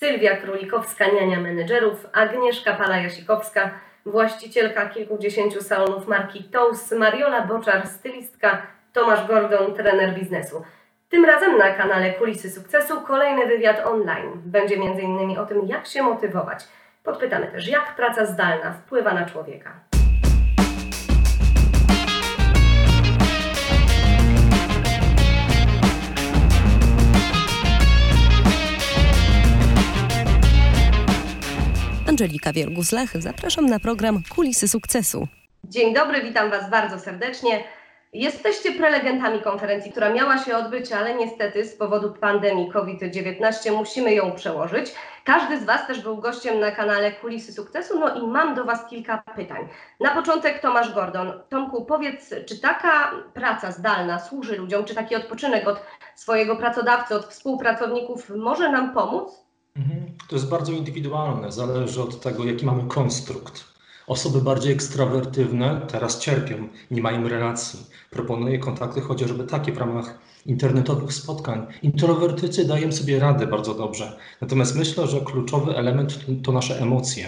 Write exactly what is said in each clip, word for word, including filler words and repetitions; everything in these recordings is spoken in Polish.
Sylwia Królikowska, niania menedżerów, Agnieszka Pala-Jasikowska, właścicielka kilkudziesięciu salonów marki Tous, Mariola Boczar, stylistka, Tomasz Gordon, trener biznesu. Tym razem na kanale Kulisy Sukcesu kolejny wywiad online. Będzie między innymi o tym, jak się motywować. Podpytamy też, jak praca zdalna wpływa na człowieka. Angelika Wiergus-Lach, zapraszam na program Kulisy Sukcesu. Dzień dobry, witam Was bardzo serdecznie. Jesteście prelegentami konferencji, która miała się odbyć, ale niestety z powodu pandemii COVID dziewiętnaście musimy ją przełożyć. Każdy z Was też był gościem na kanale Kulisy Sukcesu, no i mam do Was kilka pytań. Na początek Tomasz Gordon. Tomku, powiedz, czy taka praca zdalna służy ludziom, czy taki odpoczynek od swojego pracodawcy, od współpracowników może nam pomóc? To jest bardzo indywidualne, zależy od tego, jaki mamy konstrukt. Osoby bardziej ekstrawertywne teraz cierpią, nie mają relacji. Proponuję kontakty chociażby takie w ramach internetowych spotkań. Introwertycy dają sobie radę bardzo dobrze. Natomiast myślę, że kluczowy element to nasze emocje.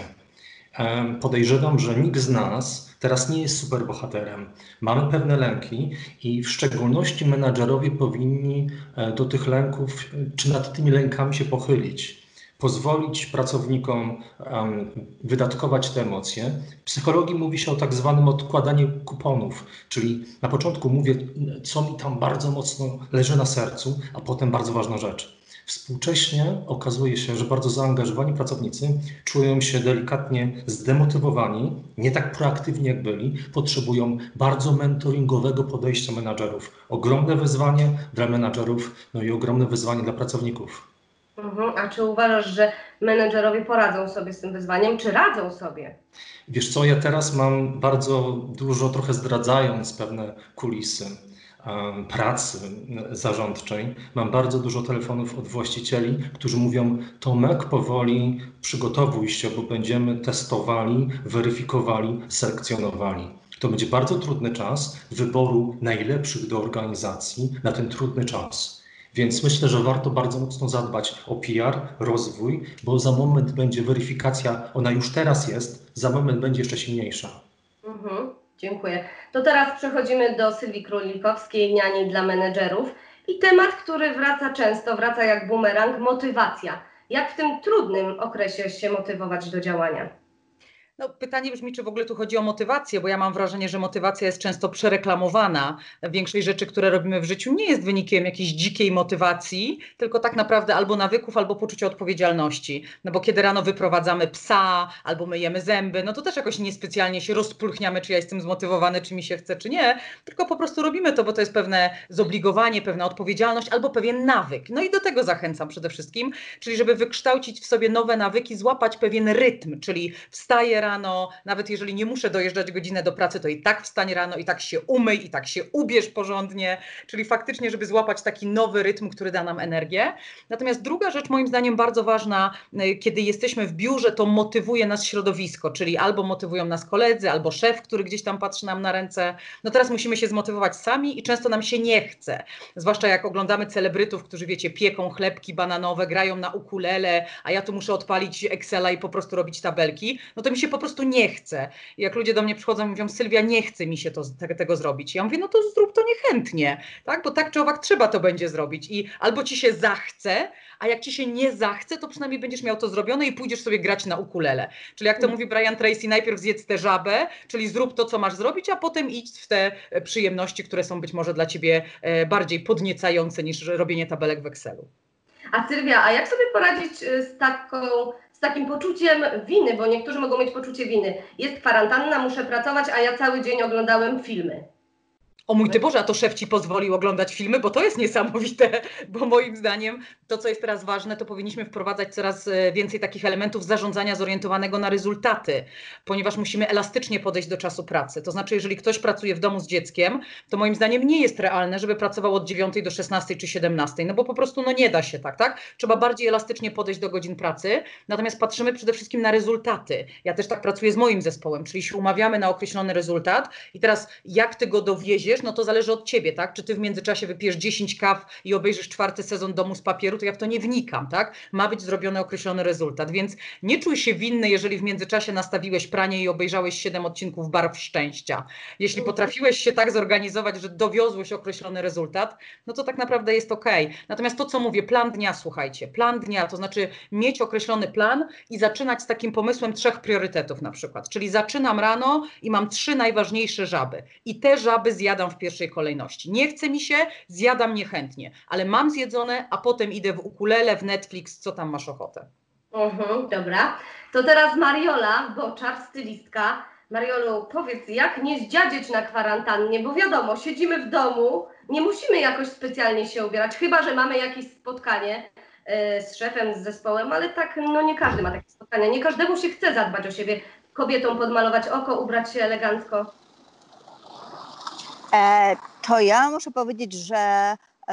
Podejrzewam, że nikt z nas teraz nie jest superbohaterem. Mamy pewne lęki i w szczególności menadżerowie powinni do tych lęków, czy nad tymi lękami się pochylić. Pozwolić pracownikom um, wydatkować te emocje. W psychologii mówi się o tak zwanym odkładaniu kuponów, czyli na początku mówię, co mi tam bardzo mocno leży na sercu, a potem bardzo ważna rzecz. Współcześnie okazuje się, że bardzo zaangażowani pracownicy czują się delikatnie zdemotywowani, nie tak proaktywni jak byli, potrzebują bardzo mentoringowego podejścia menadżerów. Ogromne wyzwanie dla menadżerów, no i ogromne wyzwanie dla pracowników. Mhm. A czy uważasz, że menedżerowie poradzą sobie z tym wyzwaniem, czy radzą sobie? Wiesz co, ja teraz mam bardzo dużo, trochę zdradzając pewne kulisy um, pracy zarządczej, mam bardzo dużo telefonów od właścicieli, którzy mówią: Tomek, powoli przygotowuj się, bo będziemy testowali, weryfikowali, selekcjonowali. To będzie bardzo trudny czas wyboru najlepszych do organizacji na ten trudny czas. Więc myślę, że warto bardzo mocno zadbać o P R, rozwój, bo za moment będzie weryfikacja, ona już teraz jest, za moment będzie jeszcze silniejsza. Mhm, dziękuję. To teraz przechodzimy do Sylwii Królikowskiej, niani dla menedżerów. I temat, który wraca często, wraca jak bumerang, motywacja. Jak w tym trudnym okresie się motywować do działania? No, pytanie brzmi, czy w ogóle tu chodzi o motywację, bo ja mam wrażenie, że motywacja jest często przereklamowana. Większość rzeczy, które robimy w życiu, nie jest wynikiem jakiejś dzikiej motywacji, tylko tak naprawdę albo nawyków, albo poczucia odpowiedzialności. No bo kiedy rano wyprowadzamy psa, albo myjemy zęby, no to też jakoś niespecjalnie się rozpulchniamy, czy ja jestem zmotywowany, czy mi się chce, czy nie, tylko po prostu robimy to, bo to jest pewne zobligowanie, pewna odpowiedzialność, albo pewien nawyk. No i do tego zachęcam przede wszystkim, czyli żeby wykształcić w sobie nowe nawyki, złapać pewien rytm, czyli wstaję rano, nawet jeżeli nie muszę dojeżdżać godzinę do pracy, to i tak wstań rano, i tak się umyj, i tak się ubierz porządnie, czyli faktycznie, żeby złapać taki nowy rytm, który da nam energię. Natomiast druga rzecz, moim zdaniem bardzo ważna, kiedy jesteśmy w biurze, to motywuje nas środowisko, czyli albo motywują nas koledzy, albo szef, który gdzieś tam patrzy nam na ręce. No teraz musimy się zmotywować sami i często nam się nie chce. Zwłaszcza jak oglądamy celebrytów, którzy wiecie, pieką chlebki bananowe, grają na ukulele, a ja tu muszę odpalić Excela i po prostu robić tabelki, no to mi się po prostu nie chce. I jak ludzie do mnie przychodzą i mówią: Sylwia, nie chce mi się to, te, tego zrobić. Ja mówię: no to zrób to niechętnie, tak? Bo tak czy owak trzeba to będzie zrobić i albo ci się zachce, a jak ci się nie zachce, to przynajmniej będziesz miał to zrobione i pójdziesz sobie grać na ukulele. Czyli jak to mówi Brian Tracy, najpierw zjedz tę żabę, czyli zrób to, co masz zrobić, a potem idź w te przyjemności, które są być może dla ciebie bardziej podniecające niż robienie tabelek w Excelu. A Sylwia, a jak sobie poradzić z taką z takim poczuciem winy, bo niektórzy mogą mieć poczucie winy. Jest kwarantanna, muszę pracować, a ja cały dzień oglądałem filmy. O mój Ty Boże, a to szef ci pozwolił oglądać filmy, bo to jest niesamowite, bo moim zdaniem to, co jest teraz ważne, to powinniśmy wprowadzać coraz więcej takich elementów zarządzania zorientowanego na rezultaty, ponieważ musimy elastycznie podejść do czasu pracy. To znaczy, jeżeli ktoś pracuje w domu z dzieckiem, to moim zdaniem nie jest realne, żeby pracował od dziewiątej do szesnastej czy siedemnastej, no bo po prostu no nie da się tak, tak? Trzeba bardziej elastycznie podejść do godzin pracy, natomiast patrzymy przede wszystkim na rezultaty. Ja też tak pracuję z moim zespołem, czyli się umawiamy na określony rezultat i teraz jak Ty go dowieziesz, wypijesz, no to zależy od ciebie, tak? Czy ty w międzyczasie wypijesz dziesięć kaw i obejrzysz czwarty sezon Domu z papieru, to ja w to nie wnikam, tak? Ma być zrobiony określony rezultat, więc nie czuj się winny, jeżeli w międzyczasie nastawiłeś pranie i obejrzałeś siedem odcinków Barw Szczęścia. Jeśli potrafiłeś się tak zorganizować, że dowiozłeś określony rezultat, no to tak naprawdę jest okej. Natomiast to, co mówię, plan dnia, słuchajcie, plan dnia, to znaczy mieć określony plan i zaczynać z takim pomysłem trzech priorytetów na przykład, czyli zaczynam rano i mam trzy najważniejsze żaby i te żaby zjadam w pierwszej kolejności. Nie chce mi się, zjadam niechętnie, ale mam zjedzone, a potem idę w ukulele, w Netflix, co tam masz ochotę. Mhm, dobra. To teraz Mariola, Boczar, stylistka. Mariolu, powiedz, jak nie zdziadzieć na kwarantannie, bo wiadomo, siedzimy w domu, nie musimy jakoś specjalnie się ubierać, chyba że mamy jakieś spotkanie y, z szefem, z zespołem, ale tak, no nie każdy ma takie spotkania, nie każdemu się chce zadbać o siebie, kobietom podmalować oko, ubrać się elegancko. E, to ja muszę powiedzieć, że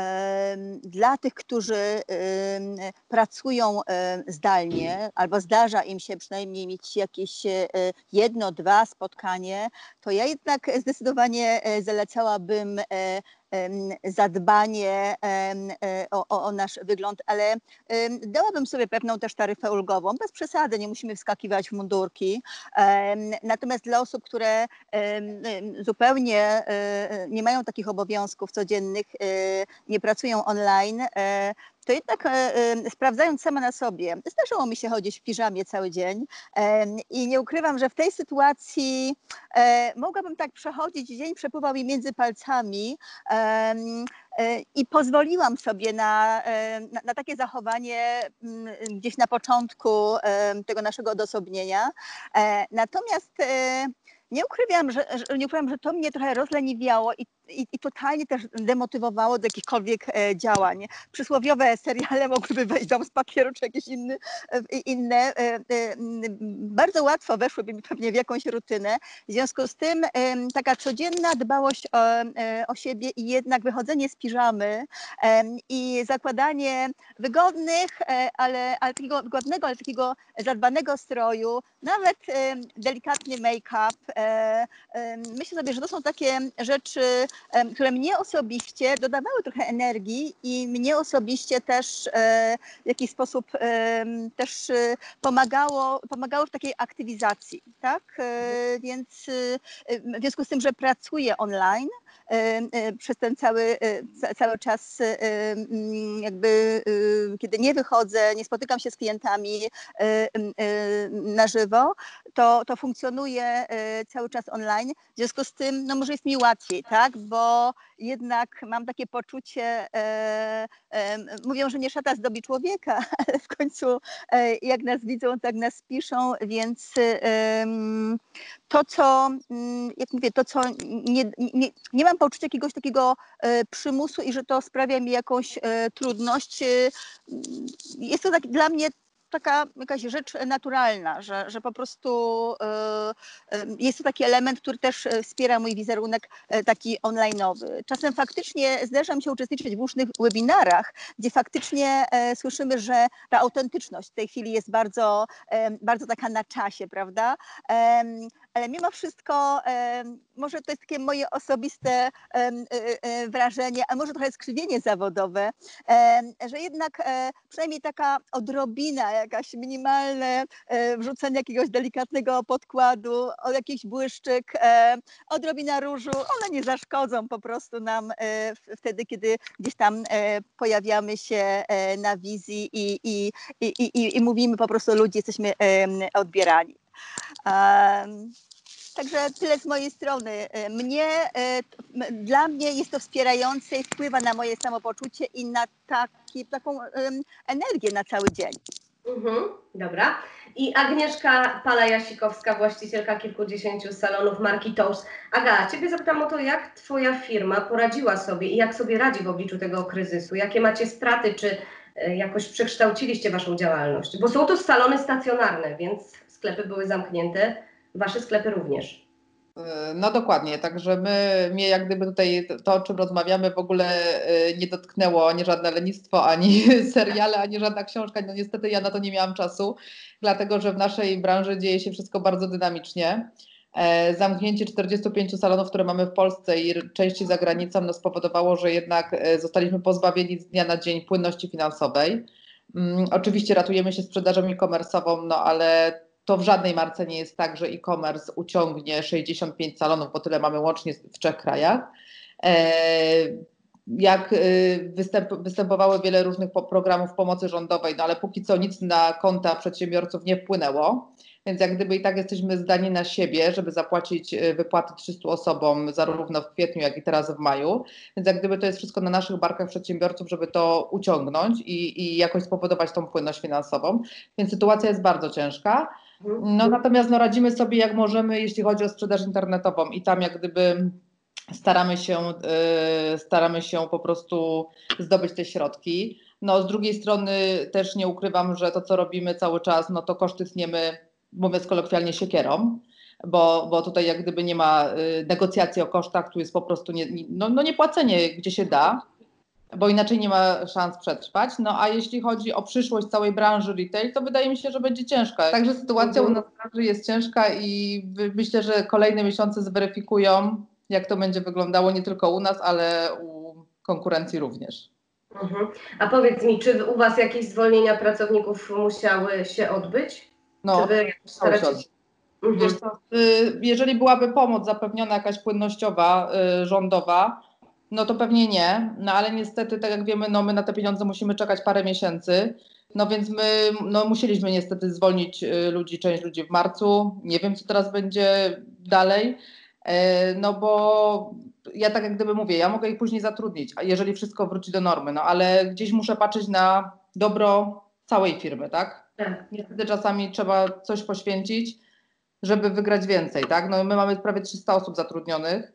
dla tych, którzy pracują zdalnie albo zdarza im się przynajmniej mieć jakieś jedno, dwa spotkanie, to ja jednak zdecydowanie zalecałabym zadbanie o, o, o nasz wygląd, ale dałabym sobie pewną też taryfę ulgową, bez przesady, nie musimy wskakiwać w mundurki. Natomiast dla osób, które zupełnie nie mają takich obowiązków codziennych, nie pracują online, to jednak e, sprawdzając sama na sobie, zdarzyło mi się chodzić w piżamie cały dzień e, i nie ukrywam, że w tej sytuacji e, mogłabym tak przechodzić, dzień przepływał mi między palcami e, e, i pozwoliłam sobie na, e, na, na takie zachowanie m, gdzieś na początku e, tego naszego odosobnienia. E, natomiast e, nie ukrywam, że, że, nie ukrywam, że to mnie trochę rozleniwiało i, i, i totalnie też demotywowało do jakichkolwiek e, działań. Przysłowiowe seriale mogłyby wejść Dom z papieru czy jakieś inny, e, inne. E, e, bardzo łatwo weszłyby mi pewnie w jakąś rutynę. W związku z tym e, taka codzienna dbałość o, e, o siebie i jednak wychodzenie z piżamy e, i zakładanie wygodnych, e, ale, ale takiego wygodnego, ale takiego zadbanego stroju, nawet e, delikatny make-up. Myślę sobie, że to są takie rzeczy, które mnie osobiście dodawały trochę energii i mnie osobiście też w jakiś sposób też pomagało, pomagało w takiej aktywizacji, tak? Więc w związku z tym, że pracuję online przez ten cały, cały czas, jakby kiedy nie wychodzę, nie spotykam się z klientami na żywo, to, to funkcjonuje cały czas online. W związku z tym, no może jest mi łatwiej, tak? Bo jednak mam takie poczucie, e, e, mówią, że nie szata zdobi człowieka, ale w końcu e, jak nas widzą, tak nas piszą, więc e, to, co, jak mówię, to, co nie, nie, nie mam poczucia jakiegoś takiego e, przymusu i że to sprawia mi jakąś e, trudność. E, jest to tak dla mnie taka jakaś rzecz naturalna, że, że po prostu y, y, jest to taki element, który też wspiera mój wizerunek y, taki online'owy. Czasem faktycznie zdarza mi się uczestniczyć w różnych webinarach, gdzie faktycznie y, słyszymy, że ta autentyczność w tej chwili jest bardzo, y, bardzo taka na czasie, prawda? Y, ale mimo wszystko, może to jest takie moje osobiste wrażenie, a może trochę skrzywienie zawodowe, że jednak przynajmniej taka odrobina, jakaś minimalne wrzucenie jakiegoś delikatnego podkładu, o jakiś błyszczyk, odrobina różu, one nie zaszkodzą po prostu nam wtedy, kiedy gdzieś tam pojawiamy się na wizji i, i, i, i, i mówimy po prostu ludzi, jesteśmy odbierani. Um, także tyle z mojej strony. Mnie, dla mnie jest to wspierające i wpływa na moje samopoczucie i na taki, taką um, energię na cały dzień. Mhm, dobra. I Agnieszka Pala-Jasikowska, właścicielka kilkudziesięciu salonów marki Toast. Aga, ciebie zapytam o to, jak twoja firma poradziła sobie i jak sobie radzi w obliczu tego kryzysu? Jakie macie straty, czy jakoś przekształciliście waszą działalność? Bo są to salony stacjonarne, więc sklepy były zamknięte, wasze sklepy również. No dokładnie, także my, mnie jak gdyby tutaj to, o czym rozmawiamy, w ogóle nie dotknęło ani żadne lenistwo, ani seriale, ani żadna książka. No niestety ja na to nie miałam czasu, dlatego że w naszej branży dzieje się wszystko bardzo dynamicznie. E, zamknięcie czterdziestu pięciu salonów, które mamy w Polsce i części za granicą, no, spowodowało, że jednak e, zostaliśmy pozbawieni z dnia na dzień płynności finansowej. Mm, oczywiście ratujemy się sprzedażą e-commerce'ową, no ale to w żadnej marce nie jest tak, że e-commerce uciągnie sześćdziesiąt pięć salonów, bo tyle mamy łącznie w trzech krajach. E, jak y, występ, występowały wiele różnych po, programów pomocy rządowej, no ale póki co nic na konta przedsiębiorców nie wpłynęło, więc jak gdyby i tak jesteśmy zdani na siebie, żeby zapłacić wypłaty trzystu osobom zarówno w kwietniu, jak i teraz w maju, więc jak gdyby to jest wszystko na naszych barkach przedsiębiorców, żeby to uciągnąć i, i jakoś spowodować tą płynność finansową, więc sytuacja jest bardzo ciężka. No natomiast no, radzimy sobie jak możemy, jeśli chodzi o sprzedaż internetową i tam jak gdyby staramy się, yy, staramy się po prostu zdobyć te środki. No z drugiej strony też nie ukrywam, że to co robimy cały czas, no to koszty tniemy, mówiąc kolokwialnie, siekierą, bo, bo tutaj jak gdyby nie ma yy, negocjacji o kosztach, tu jest po prostu nie, no, no niepłacenie gdzie się da, bo inaczej nie ma szans przetrwać. No a jeśli chodzi o przyszłość całej branży retail, to wydaje mi się, że będzie ciężka. Także sytuacja u nas w branży jest ciężka i myślę, że kolejne miesiące zweryfikują, jak to będzie wyglądało nie tylko u nas, ale u konkurencji również. Mhm. A powiedz mi, czy u Was jakieś zwolnienia pracowników musiały się odbyć? No, czy wy staracie się... mhm. Wiesz co, jeżeli byłaby pomoc zapewniona jakaś płynnościowa, rządowa, no to pewnie nie, no ale niestety, tak jak wiemy, no my na te pieniądze musimy czekać parę miesięcy, no więc my no, musieliśmy niestety zwolnić ludzi, część ludzi w marcu, nie wiem co teraz będzie dalej, no bo ja tak jak gdyby mówię, ja mogę ich później zatrudnić, a jeżeli wszystko wróci do normy, no ale gdzieś muszę patrzeć na dobro całej firmy, tak? Tak. Niestety czasami trzeba coś poświęcić, żeby wygrać więcej, tak? No my mamy prawie trzysta osób zatrudnionych,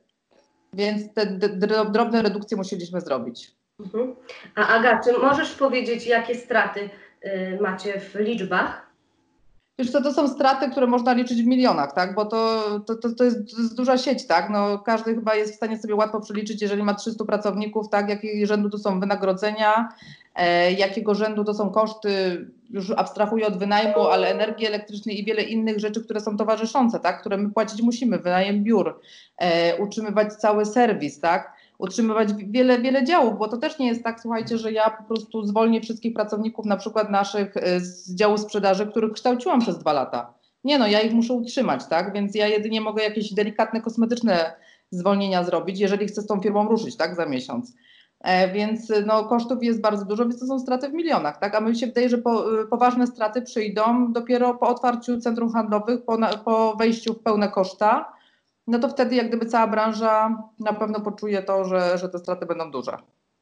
więc te drobne redukcje musieliśmy zrobić. Mhm. A Aga, czy możesz powiedzieć, jakie straty y, macie w liczbach? Wiesz co, to są straty, które można liczyć w milionach, tak? Bo to, to, to, to, jest, to jest duża sieć, tak? No, każdy chyba jest w stanie sobie łatwo przeliczyć, jeżeli ma trzystu pracowników, tak? Jakiego rzędu to są wynagrodzenia, e, jakiego rzędu to są koszty, już abstrahuję od wynajmu, ale energii elektrycznej i wiele innych rzeczy, które są towarzyszące, tak? Które my płacić musimy, wynajem biur, e, utrzymywać cały serwis, tak? Utrzymywać wiele, wiele działów, bo to też nie jest tak, słuchajcie, że ja po prostu zwolnię wszystkich pracowników, na przykład naszych z działu sprzedaży, których kształciłam przez dwa lata. Nie no, ja ich muszę utrzymać, tak? Więc ja jedynie mogę jakieś delikatne, kosmetyczne zwolnienia zrobić, jeżeli chcę z tą firmą ruszyć, tak? Za miesiąc. E, więc no, kosztów jest bardzo dużo, więc to są straty w milionach, tak? A my się wydaje, że po, poważne straty przyjdą dopiero po otwarciu centrum handlowych, po, po wejściu w pełne koszta. No to wtedy jak gdyby cała branża na pewno poczuje to, że, że te straty będą duże.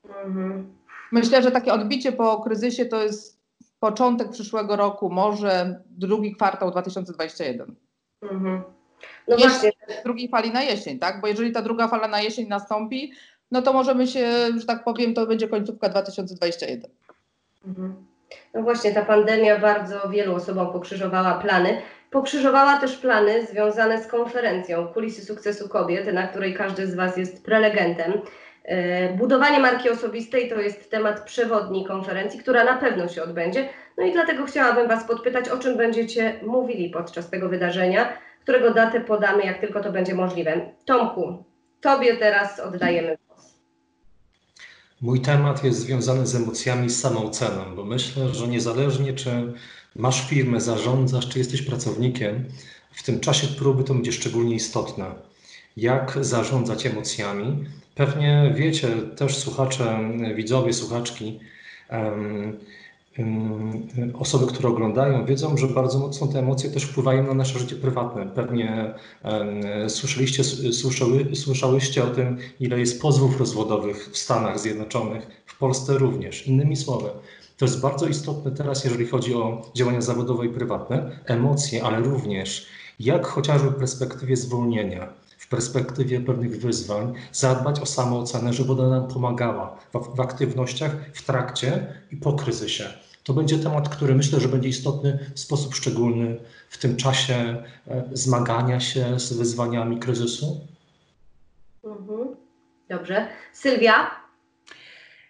Mhm. Myślę, że takie odbicie po kryzysie to jest początek przyszłego roku, może drugi kwartał dwa tysiące dwudziesty pierwszy. Mhm. No Jeszcze właśnie. drugiej fali na jesień, tak? Bo jeżeli ta druga fala na jesień nastąpi, no to możemy się, że tak powiem, to będzie końcówka dwa tysiące dwudziesty pierwszy. Mhm. No właśnie, ta pandemia bardzo wielu osobom pokrzyżowała plany. Pokrzyżowała też plany związane z konferencją Kulisy Sukcesu Kobiet, na której każdy z Was jest prelegentem. Budowanie marki osobistej to jest temat przewodni konferencji, która na pewno się odbędzie. No i dlatego chciałabym Was podpytać, o czym będziecie mówili podczas tego wydarzenia, którego datę podamy, jak tylko to będzie możliwe. Tomku, Tobie teraz oddajemy głos. Mój temat jest związany z emocjami, z samooceną, bo myślę, że niezależnie czy masz firmę, zarządzasz, czy jesteś pracownikiem, w tym czasie próby to będzie szczególnie istotne. Jak zarządzać emocjami? Pewnie wiecie, też słuchacze, widzowie, słuchaczki, um, um, osoby, które oglądają, wiedzą, że bardzo mocno te emocje też wpływają na nasze życie prywatne. Pewnie um, słyszeliście, słyszały, słyszałyście o tym, ile jest pozwów rozwodowych w Stanach Zjednoczonych, w Polsce również. Innymi słowy, to jest bardzo istotne teraz, jeżeli chodzi o działania zawodowe i prywatne, emocje, ale również jak chociażby w perspektywie zwolnienia, w perspektywie pewnych wyzwań, zadbać o samoocenę, żeby ona nam pomagała w, w aktywnościach, w trakcie i po kryzysie. To będzie temat, który myślę, że będzie istotny w sposób szczególny w tym czasie e, zmagania się z wyzwaniami kryzysu. Mhm. Dobrze. Sylwia?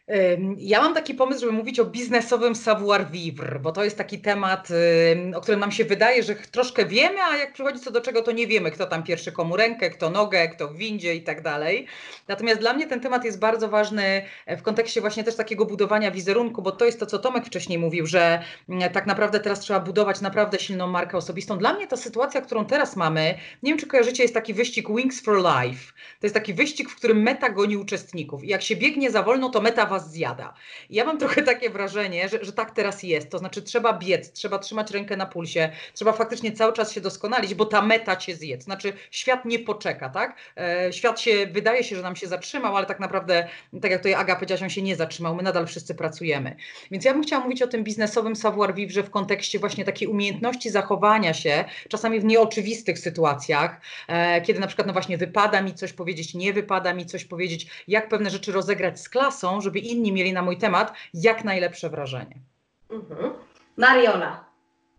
Ja mam taki pomysł, żeby mówić o biznesowym savoir-vivre, bo to jest taki temat, o którym nam się wydaje, że troszkę wiemy, a jak przychodzi co do czego, to nie wiemy, kto tam pierwszy komu rękę, kto nogę, kto w windzie i tak dalej. Natomiast dla mnie ten temat jest bardzo ważny w kontekście właśnie też takiego budowania wizerunku, bo to jest to, co Tomek wcześniej mówił, że tak naprawdę teraz trzeba budować naprawdę silną markę osobistą. Dla mnie ta sytuacja, którą teraz mamy, nie wiem, czy kojarzycie, jest taki wyścig Wings for Life. To jest taki wyścig, w którym meta goni uczestników. I jak się biegnie za wolno, to meta was zjada. I ja mam trochę takie wrażenie, że, że tak teraz jest. To znaczy trzeba biec, trzeba trzymać rękę na pulsie, trzeba faktycznie cały czas się doskonalić, bo ta meta cię zje. To znaczy świat nie poczeka, tak? E, świat się, wydaje się, że nam się zatrzymał, ale tak naprawdę, tak jak tutaj Aga powiedziałaś, on się nie zatrzymał. My nadal wszyscy pracujemy. Więc ja bym chciała mówić o tym biznesowym savoir-vivre w kontekście właśnie takiej umiejętności zachowania się, czasami w nieoczywistych sytuacjach, e, kiedy na przykład no właśnie wypada mi coś powiedzieć, nie wypada mi coś powiedzieć, jak pewne rzeczy rozegrać z klasą, żeby inni mieli na mój temat jak najlepsze wrażenie. Mhm. Mariola.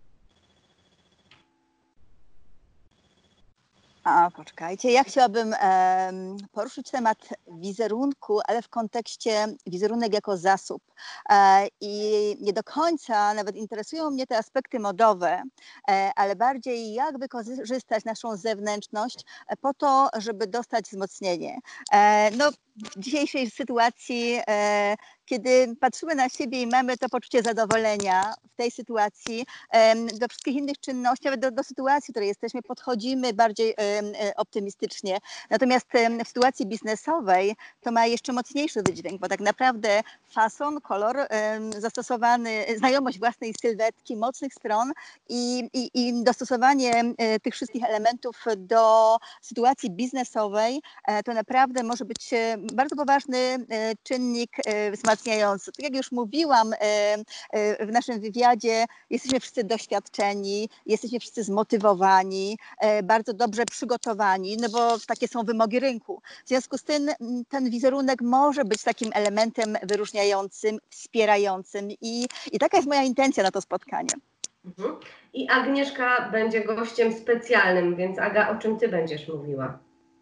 A, poczekajcie, ja chciałabym um, poruszyć temat wizerunku, ale w kontekście wizerunek jako zasób. E, I nie do końca nawet interesują mnie te aspekty modowe, e, ale bardziej jak wykorzystać naszą zewnętrzność po to, żeby dostać wzmocnienie. E, no, w dzisiejszej sytuacji, e, kiedy patrzymy na siebie i mamy to poczucie zadowolenia w tej sytuacji, e, do wszystkich innych czynności, nawet do, do sytuacji, w której jesteśmy, podchodzimy bardziej e, optymistycznie. Natomiast e, w sytuacji biznesowej to ma jeszcze mocniejszy wydźwięk, bo tak naprawdę fason, kolor, e, zastosowany, znajomość własnej sylwetki, mocnych stron i, i, i dostosowanie e, tych wszystkich elementów do sytuacji biznesowej, e, to naprawdę może być e, bardzo poważny e, czynnik e, wzmacniający. Tak jak już mówiłam e, e, w naszym wywiadzie, jesteśmy wszyscy doświadczeni, jesteśmy wszyscy zmotywowani, e, bardzo dobrze przygotowani, no bo takie są wymogi rynku. W związku z tym ten wizerunek może być takim elementem wyróżniającym, wspierającym i, i taka jest moja intencja na to spotkanie. Mhm. I Agnieszka będzie gościem specjalnym, więc Aga, o czym ty będziesz mówiła?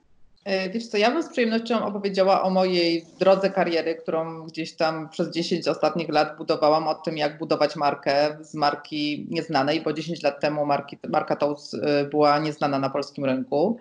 Wiesz co, ja bym z przyjemnością opowiedziała o mojej drodze kariery, którą gdzieś tam przez dziesięć ostatnich lat budowałam, o tym, jak budować markę z marki nieznanej, bo dziesięć lat temu marki, marka Toast była nieznana na polskim rynku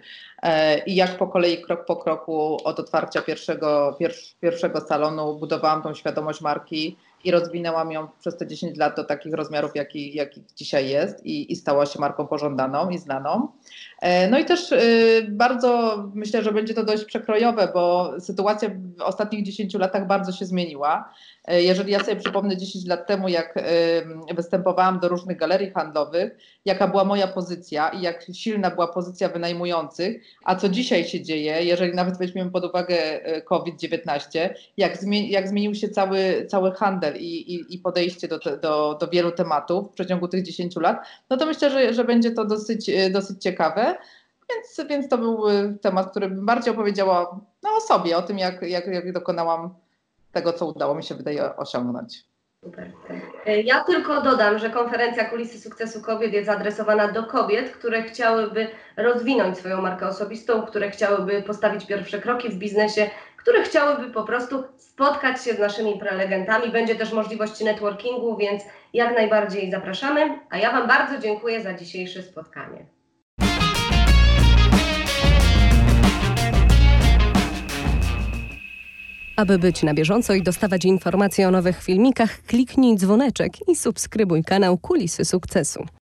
i jak po kolei, krok po kroku od otwarcia pierwszego, pier- pierwszego salonu budowałam tą świadomość marki i rozwinęłam ją przez te dziesięć lat do takich rozmiarów, jakich, jakich dzisiaj jest i, i stała się marką pożądaną i znaną. No i też y, bardzo myślę, że będzie to dość przekrojowe, bo sytuacja w ostatnich dziesięciu latach bardzo się zmieniła. Jeżeli ja sobie przypomnę dziesięć lat temu, jak y, występowałam do różnych galerii handlowych, jaka była moja pozycja i jak silna była pozycja wynajmujących, a co dzisiaj się dzieje, jeżeli nawet weźmiemy pod uwagę COVID dziewiętnaście, jak, zmieni, jak zmienił się cały, cały handel i, i, i podejście do, do, do wielu tematów w przeciągu tych dziesięciu lat, no to myślę, że, że będzie to dosyć, dosyć ciekawe. Więc, więc to był temat, który bym bardziej opowiedziała no, o sobie, o tym, jak, jak, jak dokonałam tego, co udało mi się, wydaje, osiągnąć. Super. Ja tylko dodam, że konferencja Kulisy Sukcesu Kobiet jest adresowana do kobiet, które chciałyby rozwinąć swoją markę osobistą, które chciałyby postawić pierwsze kroki w biznesie, które chciałyby po prostu spotkać się z naszymi prelegentami. Będzie też możliwość networkingu, więc jak najbardziej zapraszamy. A ja Wam bardzo dziękuję za dzisiejsze spotkanie. Aby być na bieżąco i dostawać informacje o nowych filmikach, kliknij dzwoneczek i subskrybuj kanał Kulisy Sukcesu.